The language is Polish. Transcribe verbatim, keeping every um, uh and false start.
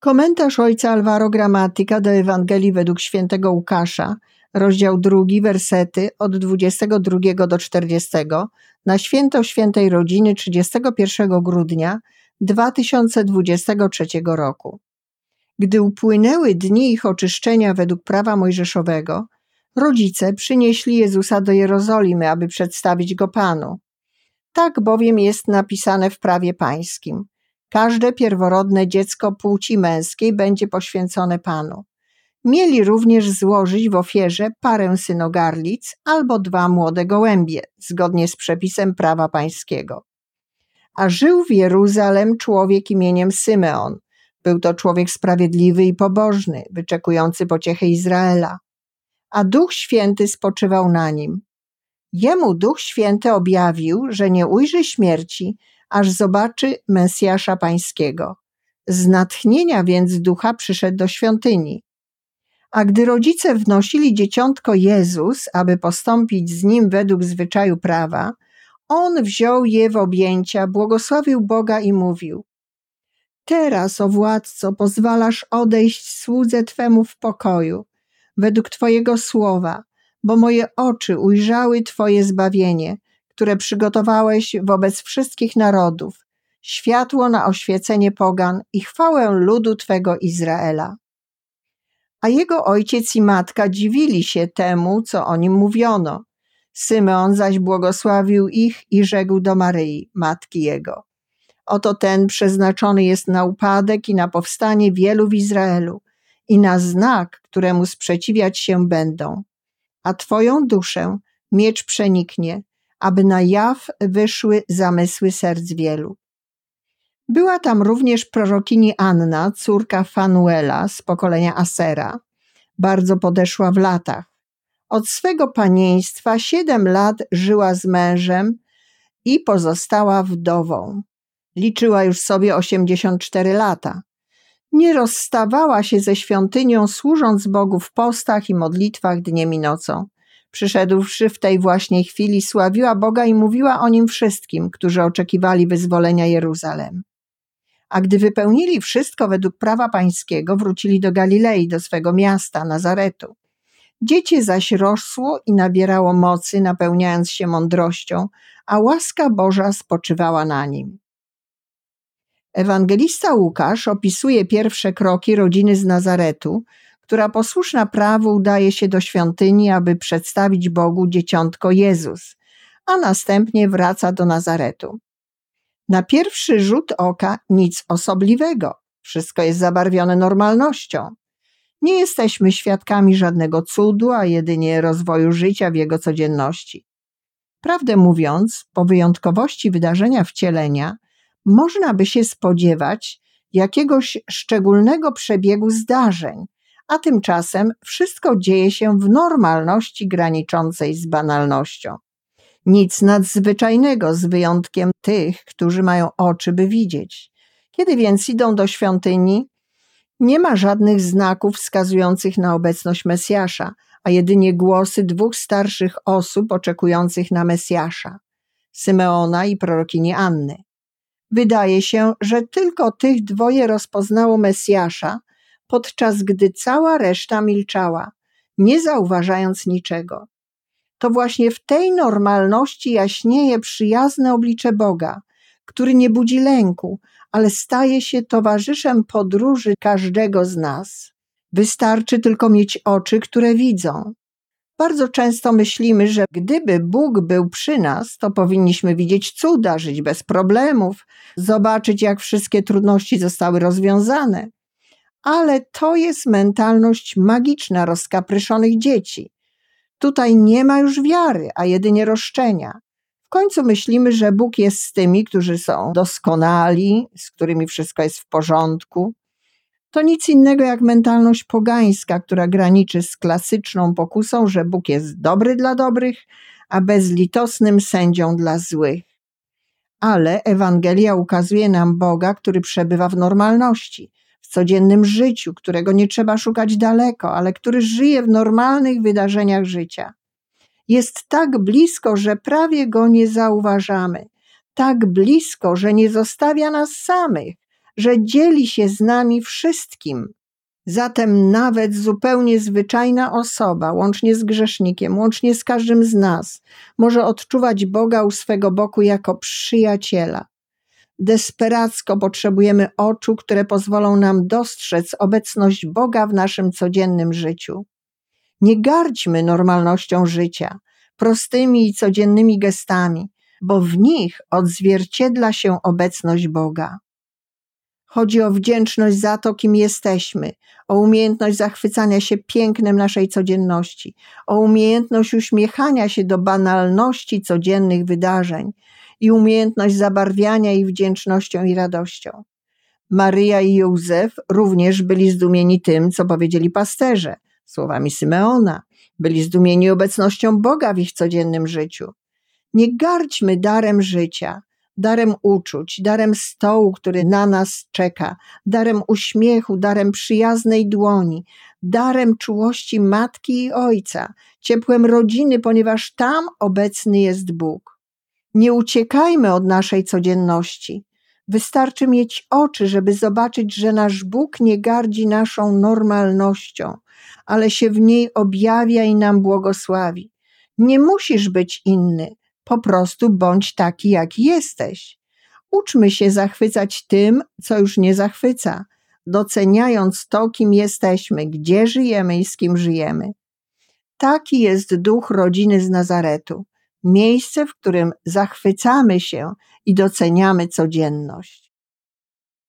Komentarz ojca Alvaro Gramatyka do Ewangelii według świętego Łukasza, rozdział drugi, wersety od dwudziestego drugiego do czterdziestego, na święto Świętej Rodziny trzydziestego pierwszego grudnia dwa tysiące dwudziestego trzeciego roku. Gdy upłynęły dni ich oczyszczenia według prawa mojżeszowego, rodzice przynieśli Jezusa do Jerozolimy, aby przedstawić Go Panu. Tak bowiem jest napisane w prawie pańskim. Każde pierworodne dziecko płci męskiej będzie poświęcone Panu. Mieli również złożyć w ofierze parę synogarlic albo dwa młode gołębie, zgodnie z przepisem prawa pańskiego. A żył w Jeruzalem człowiek imieniem Symeon. Był to człowiek sprawiedliwy i pobożny, wyczekujący pociechy Izraela. A Duch Święty spoczywał na nim. Jemu Duch Święty objawił, że nie ujrzy śmierci, aż zobaczy Mesjasza Pańskiego. Z natchnienia więc Ducha przyszedł do świątyni. A gdy rodzice wnosili dzieciątko Jezus, aby postąpić z nim według zwyczaju prawa, on wziął je w objęcia, błogosławił Boga i mówił: Teraz, o władco, pozwalasz odejść słudze Twemu w pokoju, według Twojego słowa, bo moje oczy ujrzały Twoje zbawienie, które przygotowałeś wobec wszystkich narodów, światło na oświecenie pogan i chwałę ludu Twego Izraela. A jego ojciec i matka dziwili się temu, co o nim mówiono. Symeon zaś błogosławił ich i rzekł do Maryi, matki jego: Oto ten przeznaczony jest na upadek i na powstanie wielu w Izraelu i na znak, któremu sprzeciwiać się będą. A Twoją duszę miecz przeniknie, aby na jaw wyszły zamysły serc wielu. Była tam również prorokini Anna, córka Fanuela z pokolenia Asera, bardzo podeszła w latach. Od swego panieństwa siedem lat żyła z mężem i pozostała wdową. Liczyła już sobie osiemdziesiąt cztery lata. Nie rozstawała się ze świątynią, służąc Bogu w postach i modlitwach dniem i nocą. Przyszedłszy w tej właśnie chwili, sławiła Boga i mówiła o Nim wszystkim, którzy oczekiwali wyzwolenia Jeruzalem. A gdy wypełnili wszystko według prawa pańskiego, wrócili do Galilei, do swego miasta, Nazaretu. Dziecię zaś rosło i nabierało mocy, napełniając się mądrością, a łaska Boża spoczywała na nim. Ewangelista Łukasz opisuje pierwsze kroki rodziny z Nazaretu, która posłuszna prawu udaje się do świątyni, aby przedstawić Bogu dzieciątko Jezus, a następnie wraca do Nazaretu. Na pierwszy rzut oka nic osobliwego, wszystko jest zabarwione normalnością. Nie jesteśmy świadkami żadnego cudu, a jedynie rozwoju życia w jego codzienności. Prawdę mówiąc, po wyjątkowości wydarzenia wcielenia, można by się spodziewać jakiegoś szczególnego przebiegu zdarzeń, a tymczasem wszystko dzieje się w normalności graniczącej z banalnością. Nic nadzwyczajnego z wyjątkiem tych, którzy mają oczy, by widzieć. Kiedy więc idą do świątyni, nie ma żadnych znaków wskazujących na obecność Mesjasza, a jedynie głosy dwóch starszych osób oczekujących na Mesjasza, Symeona i prorokini Anny. Wydaje się, że tylko tych dwoje rozpoznało Mesjasza, podczas gdy cała reszta milczała, nie zauważając niczego. To właśnie w tej normalności jaśnieje przyjazne oblicze Boga, który nie budzi lęku, ale staje się towarzyszem podróży każdego z nas. Wystarczy tylko mieć oczy, które widzą. Bardzo często myślimy, że gdyby Bóg był przy nas, to powinniśmy widzieć cuda, żyć bez problemów, zobaczyć, jak wszystkie trudności zostały rozwiązane. Ale to jest mentalność magiczna rozkapryszonych dzieci. Tutaj nie ma już wiary, a jedynie roszczenia. W końcu myślimy, że Bóg jest z tymi, którzy są doskonali, z którymi wszystko jest w porządku. To nic innego jak mentalność pogańska, która graniczy z klasyczną pokusą, że Bóg jest dobry dla dobrych, a bezlitosnym sędzią dla złych. Ale Ewangelia ukazuje nam Boga, który przebywa w normalności, w codziennym życiu, którego nie trzeba szukać daleko, ale który żyje w normalnych wydarzeniach życia. Jest tak blisko, że prawie Go nie zauważamy. Tak blisko, że nie zostawia nas samych, że dzieli się z nami wszystkim. Zatem nawet zupełnie zwyczajna osoba, łącznie z grzesznikiem, łącznie z każdym z nas, może odczuwać Boga u swego boku jako przyjaciela. Desperacko potrzebujemy oczu, które pozwolą nam dostrzec obecność Boga w naszym codziennym życiu. Nie gardźmy normalnością życia, prostymi i codziennymi gestami, bo w nich odzwierciedla się obecność Boga. Chodzi o wdzięczność za to, kim jesteśmy, o umiejętność zachwycania się pięknem naszej codzienności, o umiejętność uśmiechania się do banalności codziennych wydarzeń i umiejętność zabarwiania ich wdzięcznością i radością. Maryja i Józef również byli zdumieni tym, co powiedzieli pasterze, słowami Symeona. Byli zdumieni obecnością Boga w ich codziennym życiu. Nie gardźmy darem życia, darem uczuć, darem stołu, który na nas czeka, darem uśmiechu, darem przyjaznej dłoni, darem czułości matki i ojca, ciepłem rodziny, ponieważ tam obecny jest Bóg. Nie uciekajmy od naszej codzienności. Wystarczy mieć oczy, żeby zobaczyć, że nasz Bóg nie gardzi naszą normalnością, ale się w niej objawia i nam błogosławi. Nie musisz być inny, po prostu bądź taki, jaki jesteś. Uczmy się zachwycać tym, co już nie zachwyca, doceniając to, kim jesteśmy, gdzie żyjemy i z kim żyjemy. Taki jest duch rodziny z Nazaretu, miejsce, w którym zachwycamy się i doceniamy codzienność.